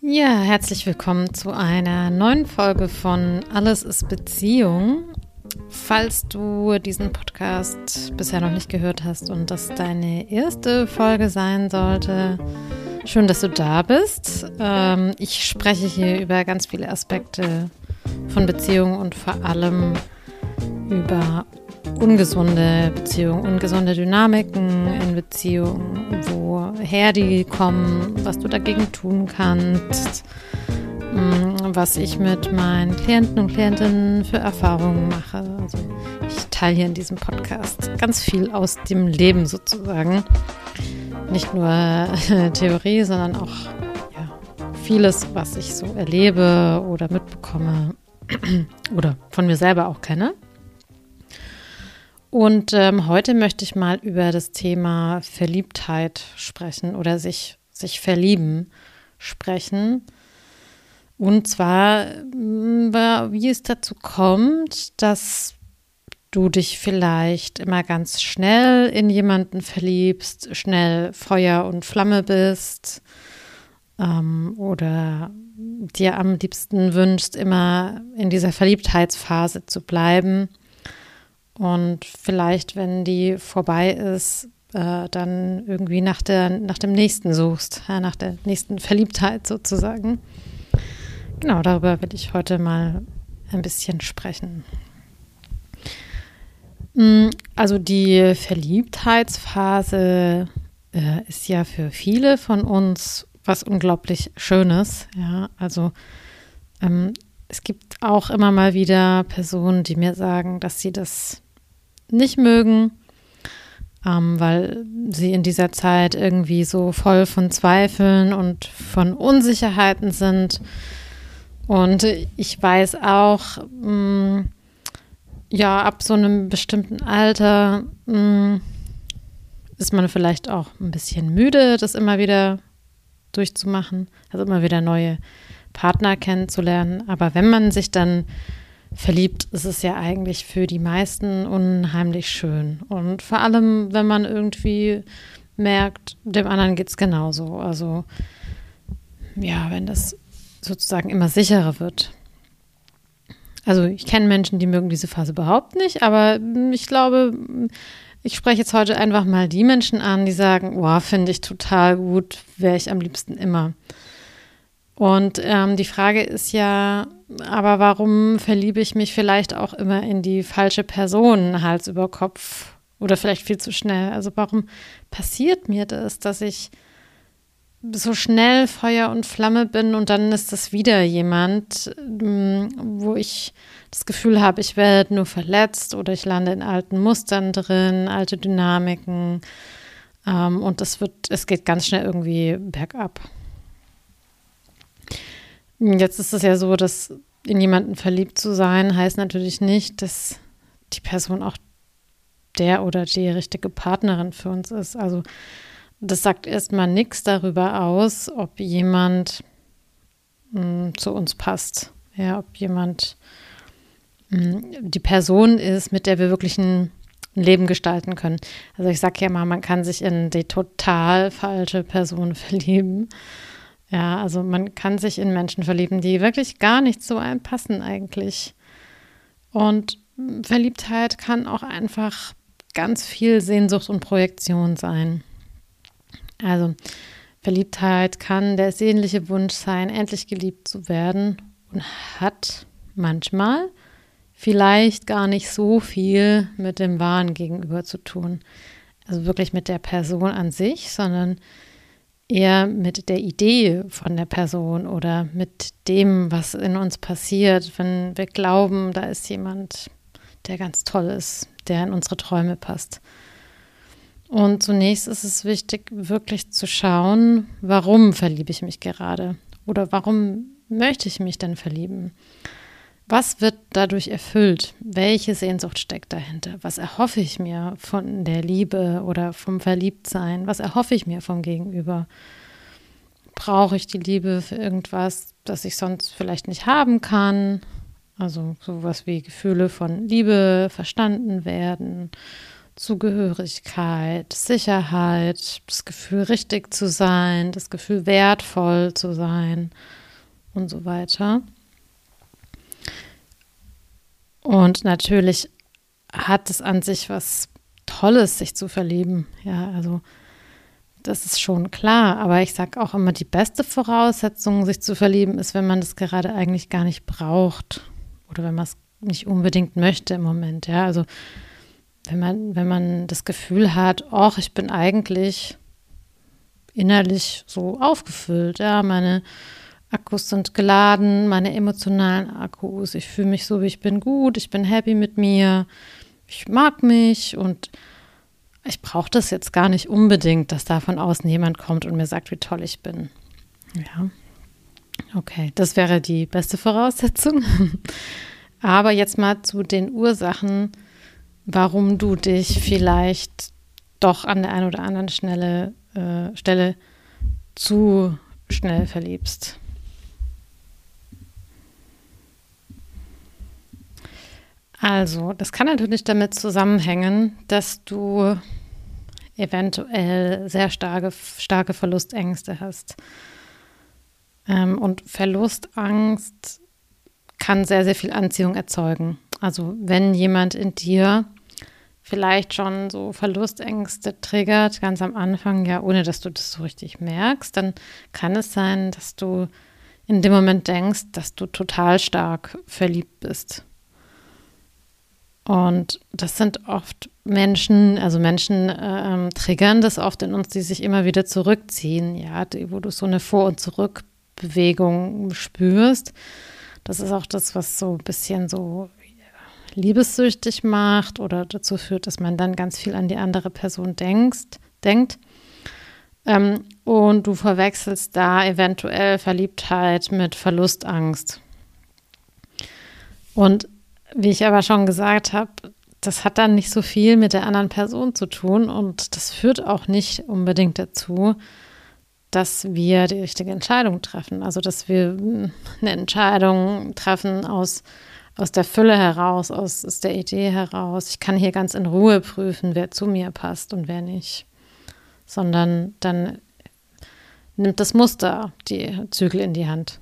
Ja, herzlich willkommen zu einer neuen Folge von Alles ist Beziehung. Falls du diesen Podcast bisher noch nicht gehört hast und das deine erste Folge sein sollte, schön, dass du da bist. Ich spreche hier über ganz viele Aspekte von Beziehungen und vor allem über ungesunde Beziehungen, ungesunde Dynamiken in Beziehungen, woher die kommen, was du dagegen tun kannst, was ich mit meinen Klienten und Klientinnen für Erfahrungen mache. Also ich teile hier in diesem Podcast ganz viel aus dem Leben sozusagen. Nicht nur Theorie, sondern auch vieles, was ich so erlebe oder mitbekomme oder von mir selber auch kenne. Und heute möchte ich mal über das Thema Verliebtheit sprechen oder sich verlieben sprechen. Und zwar, wie es dazu kommt, dass du dich vielleicht immer ganz schnell in jemanden verliebst, schnell Feuer und Flamme bist oder dir am liebsten wünschst, immer in dieser Verliebtheitsphase zu bleiben. Und vielleicht, wenn die vorbei ist, dann irgendwie nach dem nächsten suchst, nach der nächsten Verliebtheit sozusagen. Genau, darüber will ich heute mal ein bisschen sprechen. Also die Verliebtheitsphase ist ja für viele von uns was unglaublich Schönes. Ja, also es gibt auch immer mal wieder Personen, die mir sagen, dass sie das nicht mögen, weil sie in dieser Zeit irgendwie so voll von Zweifeln und von Unsicherheiten sind. Und ich weiß auch, ab so einem bestimmten Alter ist man vielleicht auch ein bisschen müde, das immer wieder durchzumachen, also immer wieder neue Partner kennenzulernen. Aber wenn man sich dann verliebt, ist es ja eigentlich für die meisten unheimlich schön. Und vor allem, wenn man irgendwie merkt, dem anderen geht es genauso. Also ja, wenn das sozusagen immer sicherer wird. Also ich kenne Menschen, die mögen diese Phase überhaupt nicht, aber ich glaube, ich spreche jetzt heute einfach mal die Menschen an, die sagen, wow, finde ich total gut, wäre ich am liebsten immer. Und die Frage ist ja, aber warum verliebe ich mich vielleicht auch immer in die falsche Person, Hals über Kopf oder vielleicht viel zu schnell? Also warum passiert mir das, dass ich so schnell Feuer und Flamme bin und dann ist das wieder jemand, wo ich das Gefühl habe, ich werde nur verletzt oder ich lande in alten Mustern drin, alte Dynamiken und es geht ganz schnell irgendwie bergab. Jetzt ist es ja so, dass in jemanden verliebt zu sein, heißt natürlich nicht, dass die Person auch der oder die richtige Partnerin für uns ist. Also das sagt erstmal nichts darüber aus, ob jemand zu uns passt. Ja, ob jemand die Person ist, mit der wir wirklich ein Leben gestalten können. Also ich sage ja mal, man kann sich in die total falsche Person verlieben. Ja, also man kann sich in Menschen verlieben, die wirklich gar nicht zu einem passen eigentlich. Und Verliebtheit kann auch einfach ganz viel Sehnsucht und Projektion sein. Also Verliebtheit kann der sehnliche Wunsch sein, endlich geliebt zu werden und hat manchmal vielleicht gar nicht so viel mit dem wahren Gegenüber zu tun. Also wirklich mit der Person an sich, sondern eher mit der Idee von der Person oder mit dem, was in uns passiert, wenn wir glauben, da ist jemand, der ganz toll ist, der in unsere Träume passt. Und zunächst ist es wichtig, wirklich zu schauen, warum verliebe ich mich gerade oder warum möchte ich mich denn verlieben? Was wird dadurch erfüllt? Welche Sehnsucht steckt dahinter? Was erhoffe ich mir von der Liebe oder vom Verliebtsein? Was erhoffe ich mir vom Gegenüber? Brauche ich die Liebe für irgendwas, das ich sonst vielleicht nicht haben kann? Also sowas wie Gefühle von Liebe, verstanden werden, Zugehörigkeit, Sicherheit, das Gefühl, richtig zu sein, das Gefühl, wertvoll zu sein und so weiter. Und natürlich hat es an sich was Tolles, sich zu verlieben. Ja, also das ist schon klar. Aber ich sage auch immer, die beste Voraussetzung, sich zu verlieben, ist, wenn man das gerade eigentlich gar nicht braucht oder wenn man es nicht unbedingt möchte im Moment. Ja, also wenn man das Gefühl hat, ach, ich bin eigentlich innerlich so aufgefüllt, ja, meine Akkus sind geladen, meine emotionalen Akkus, ich fühle mich so, wie ich bin, gut, ich bin happy mit mir, ich mag mich und ich brauche das jetzt gar nicht unbedingt, dass da von außen jemand kommt und mir sagt, wie toll ich bin. Ja, okay, das wäre die beste Voraussetzung. Aber jetzt mal zu den Ursachen, warum du dich vielleicht doch an der einen oder anderen Stelle zu schnell verliebst. Also, das kann natürlich damit zusammenhängen, dass du eventuell sehr starke Verlustängste hast. Und Verlustangst kann sehr, sehr viel Anziehung erzeugen. Also, wenn jemand in dir vielleicht schon so Verlustängste triggert, ganz am Anfang, ja, ohne dass du das so richtig merkst, dann kann es sein, dass du in dem Moment denkst, dass du total stark verliebt bist. Und das sind oft Menschen, also Menschen triggern das oft in uns, die sich immer wieder zurückziehen, ja, wo du so eine Vor- und Zurückbewegung spürst. Das ist auch das, was so ein bisschen so liebessüchtig macht oder dazu führt, dass man dann ganz viel an die andere Person denkt. Und du verwechselst da eventuell Verliebtheit mit Verlustangst. Und wie ich aber schon gesagt habe, das hat dann nicht so viel mit der anderen Person zu tun und das führt auch nicht unbedingt dazu, dass wir die richtige Entscheidung treffen. Also, dass wir eine Entscheidung treffen aus der Fülle heraus, aus der Idee heraus. Ich kann hier ganz in Ruhe prüfen, wer zu mir passt und wer nicht. Sondern dann nimmt das Muster die Zügel in die Hand.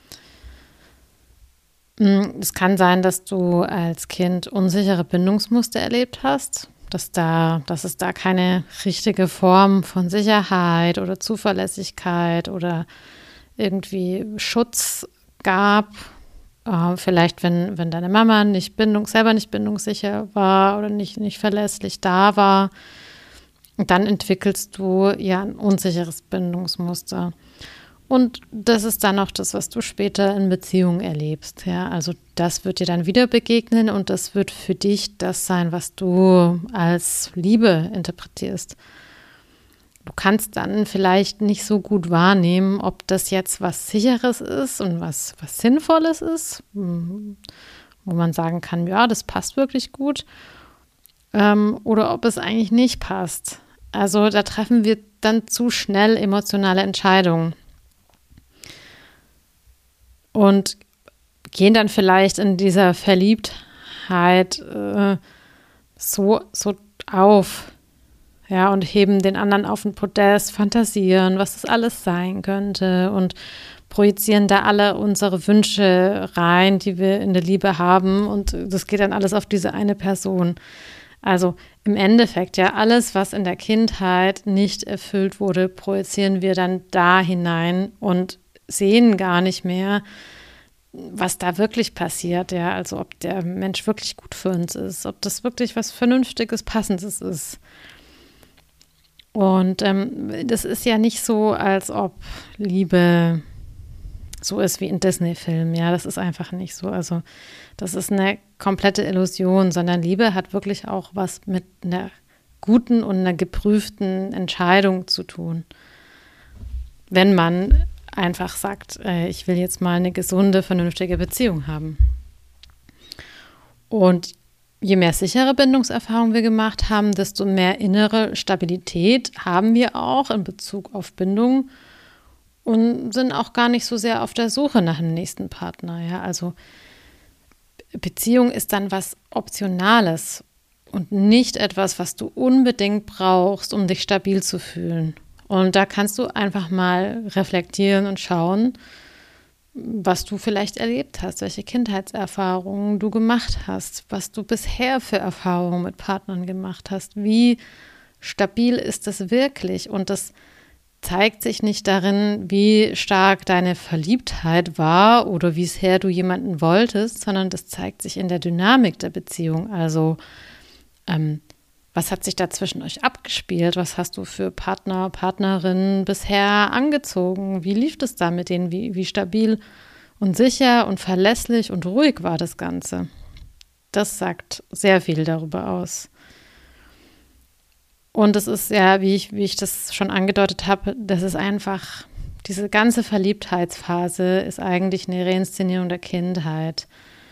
Es kann sein, dass du als Kind unsichere Bindungsmuster erlebt hast, dass es da keine richtige Form von Sicherheit oder Zuverlässigkeit oder irgendwie Schutz gab. Vielleicht, wenn deine Mama selber nicht bindungssicher war oder nicht verlässlich da war, dann entwickelst du ja ein unsicheres Bindungsmuster. Und das ist dann auch das, was du später in Beziehungen erlebst. Ja? Also das wird dir dann wieder begegnen und das wird für dich das sein, was du als Liebe interpretierst. Du kannst dann vielleicht nicht so gut wahrnehmen, ob das jetzt was Sicheres ist und was Sinnvolles ist, wo man sagen kann, ja, das passt wirklich gut, oder ob es eigentlich nicht passt. Also da treffen wir dann zu schnell emotionale Entscheidungen. Und gehen dann vielleicht in dieser Verliebtheit so auf, ja, und heben den anderen auf den Podest, fantasieren, was das alles sein könnte und projizieren da alle unsere Wünsche rein, die wir in der Liebe haben und das geht dann alles auf diese eine Person. Also im Endeffekt ja alles, was in der Kindheit nicht erfüllt wurde, projizieren wir dann da hinein und sehen gar nicht mehr, was da wirklich passiert, ja, also ob der Mensch wirklich gut für uns ist, ob das wirklich was Vernünftiges, Passendes ist. Und das ist ja nicht so, als ob Liebe so ist wie in Disney-Filmen, ja, das ist einfach nicht so, also das ist eine komplette Illusion, sondern Liebe hat wirklich auch was mit einer guten und einer geprüften Entscheidung zu tun. Wenn man einfach sagt, ich will jetzt mal eine gesunde, vernünftige Beziehung haben. Und je mehr sichere Bindungserfahrungen wir gemacht haben, desto mehr innere Stabilität haben wir auch in Bezug auf Bindung und sind auch gar nicht so sehr auf der Suche nach dem nächsten Partner. Ja? Also Beziehung ist dann was Optionales und nicht etwas, was du unbedingt brauchst, um dich stabil zu fühlen. Und da kannst du einfach mal reflektieren und schauen, was du vielleicht erlebt hast, welche Kindheitserfahrungen du gemacht hast, was du bisher für Erfahrungen mit Partnern gemacht hast, wie stabil ist das wirklich? Und das zeigt sich nicht darin, wie stark deine Verliebtheit war oder wie sehr du jemanden wolltest, sondern das zeigt sich in der Dynamik der Beziehung. Also was hat sich da zwischen euch abgespielt? Was hast du für Partner, Partnerinnen bisher angezogen? Wie lief es da mit denen? Wie stabil und sicher und verlässlich und ruhig war das Ganze? Das sagt sehr viel darüber aus. Und es ist ja, wie ich das schon angedeutet habe, das ist einfach, diese ganze Verliebtheitsphase ist eigentlich eine Reinszenierung der Kindheit.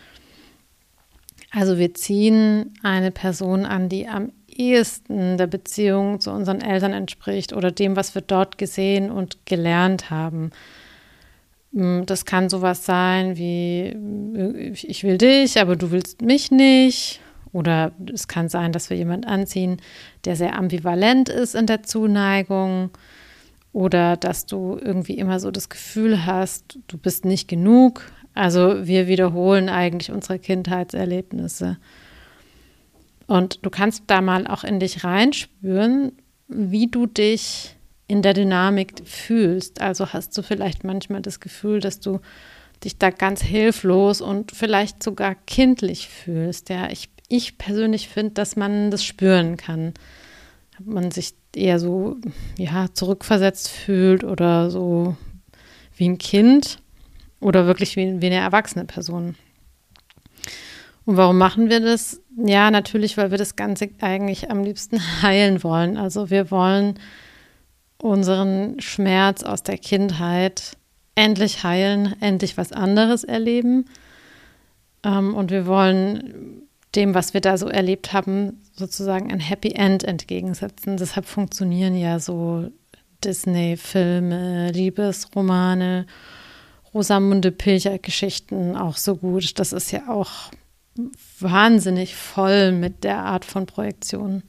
Also wir ziehen eine Person an, die am ehesten der Beziehung zu unseren Eltern entspricht oder dem, was wir dort gesehen und gelernt haben. Das kann sowas sein wie, ich will dich, aber du willst mich nicht. Oder es kann sein, dass wir jemanden anziehen, der sehr ambivalent ist in der Zuneigung. Oder dass du irgendwie immer so das Gefühl hast, du bist nicht genug. Also wir wiederholen eigentlich unsere Kindheitserlebnisse. Und du kannst da mal auch in dich reinspüren, wie du dich in der Dynamik fühlst. Also hast du vielleicht manchmal das Gefühl, dass du dich da ganz hilflos und vielleicht sogar kindlich fühlst. Ja, ich persönlich finde, dass man das spüren kann. Ob man sich eher so zurückversetzt fühlt oder so wie ein Kind oder wirklich wie eine erwachsene Person. Und warum machen wir das? Ja, natürlich, weil wir das Ganze eigentlich am liebsten heilen wollen. Also wir wollen unseren Schmerz aus der Kindheit endlich heilen, endlich was anderes erleben. Und wir wollen dem, was wir da so erlebt haben, sozusagen ein Happy End entgegensetzen. Deshalb funktionieren ja so Disney-Filme, Liebesromane, Rosamunde Pilcher-Geschichten auch so gut. Das ist ja auch wahnsinnig voll mit der Art von Projektion.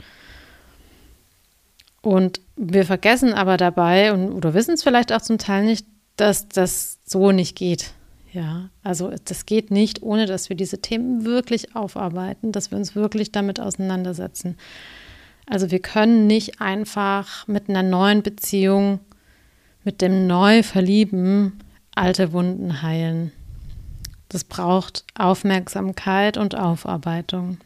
Und wir vergessen aber dabei oder wissen es vielleicht auch zum Teil nicht, dass das so nicht geht. Ja, also das geht nicht, ohne dass wir diese Themen wirklich aufarbeiten, dass wir uns wirklich damit auseinandersetzen. Also wir können nicht einfach mit einer neuen Beziehung, mit dem Neuverlieben alte Wunden heilen. Das braucht Aufmerksamkeit und Aufarbeitung.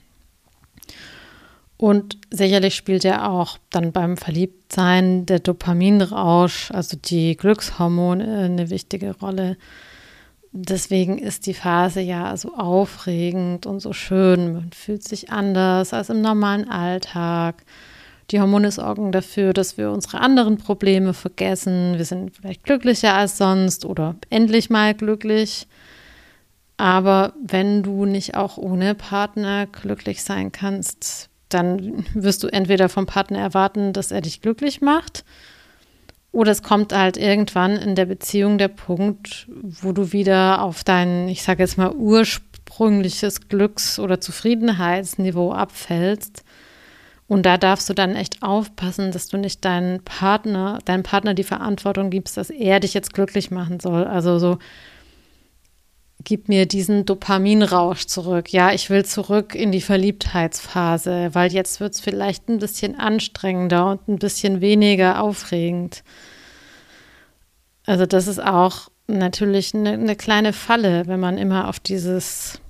Und sicherlich spielt ja auch dann beim Verliebtsein der Dopaminrausch, also die Glückshormone, eine wichtige Rolle. Deswegen ist die Phase ja so aufregend und so schön. Man fühlt sich anders als im normalen Alltag. Die Hormone sorgen dafür, dass wir unsere anderen Probleme vergessen. Wir sind vielleicht glücklicher als sonst oder endlich mal glücklich. Aber wenn du nicht auch ohne Partner glücklich sein kannst, dann wirst du entweder vom Partner erwarten, dass er dich glücklich macht, oder es kommt halt irgendwann in der Beziehung der Punkt, wo du wieder auf dein, ich sage jetzt mal, ursprüngliches Glücks- oder Zufriedenheitsniveau abfällst. Und da darfst du dann echt aufpassen, dass du nicht deinem Partner die Verantwortung gibst, dass er dich jetzt glücklich machen soll. Also so, gib mir diesen Dopaminrausch zurück. Ja, ich will zurück in die Verliebtheitsphase, weil jetzt wird es vielleicht ein bisschen anstrengender und ein bisschen weniger aufregend. Also das ist auch natürlich eine kleine Falle, wenn man immer auf diese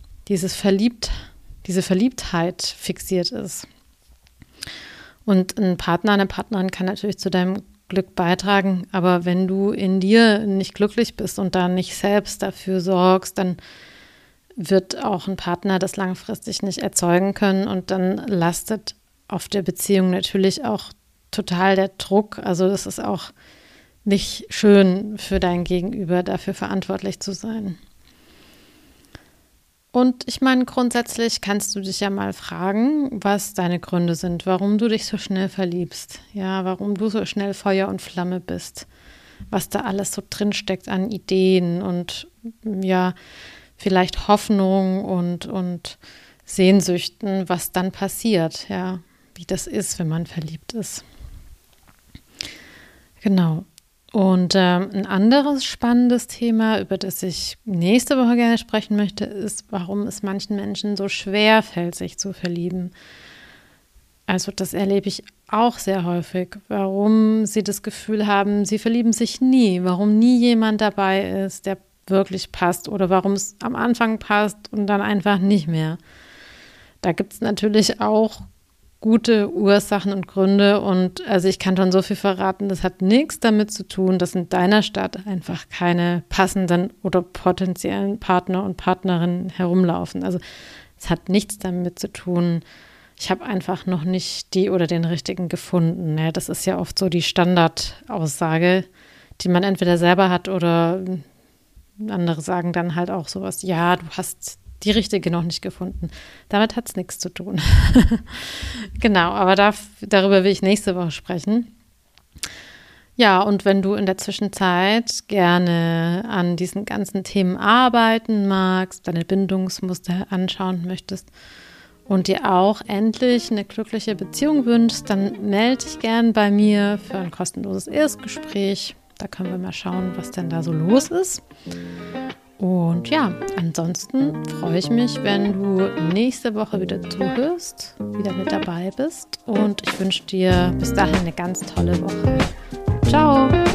Verliebtheit fixiert ist. Und ein Partner, eine Partnerin kann natürlich zu deinem Glück beitragen, aber wenn du in dir nicht glücklich bist und da nicht selbst dafür sorgst, dann wird auch ein Partner das langfristig nicht erzeugen können und dann lastet auf der Beziehung natürlich auch total der Druck. Also das ist auch nicht schön für dein Gegenüber, dafür verantwortlich zu sein. Und ich meine, grundsätzlich kannst du dich ja mal fragen, was deine Gründe sind, warum du dich so schnell verliebst, ja, warum du so schnell Feuer und Flamme bist, was da alles so drinsteckt an Ideen und ja, vielleicht Hoffnung und Sehnsüchten, was dann passiert, ja, wie das ist, wenn man verliebt ist. Genau. Und ein anderes spannendes Thema, über das ich nächste Woche gerne sprechen möchte, ist, warum es manchen Menschen so schwer fällt, sich zu verlieben. Also das erlebe ich auch sehr häufig, warum sie das Gefühl haben, sie verlieben sich nie, warum nie jemand dabei ist, der wirklich passt oder warum es am Anfang passt und dann einfach nicht mehr. Da gibt es natürlich auch gute Ursachen und Gründe und also ich kann schon so viel verraten, das hat nichts damit zu tun, dass in deiner Stadt einfach keine passenden oder potenziellen Partner und Partnerinnen herumlaufen. Also es hat nichts damit zu tun, ich habe einfach noch nicht die oder den richtigen gefunden. Ja, das ist ja oft so die Standardaussage, die man entweder selber hat oder andere sagen dann halt auch sowas, ja, du hast die richtige noch nicht gefunden. Damit hat es nichts zu tun. Genau, aber darüber will ich nächste Woche sprechen. Ja, und wenn du in der Zwischenzeit gerne an diesen ganzen Themen arbeiten magst, deine Bindungsmuster anschauen möchtest und dir auch endlich eine glückliche Beziehung wünschst, dann melde dich gern bei mir für ein kostenloses Erstgespräch. Da können wir mal schauen, was denn da so los ist. Und ja, ansonsten freue ich mich, wenn du nächste Woche wieder zuhörst, wieder mit dabei bist. Und ich wünsche dir bis dahin eine ganz tolle Woche. Ciao!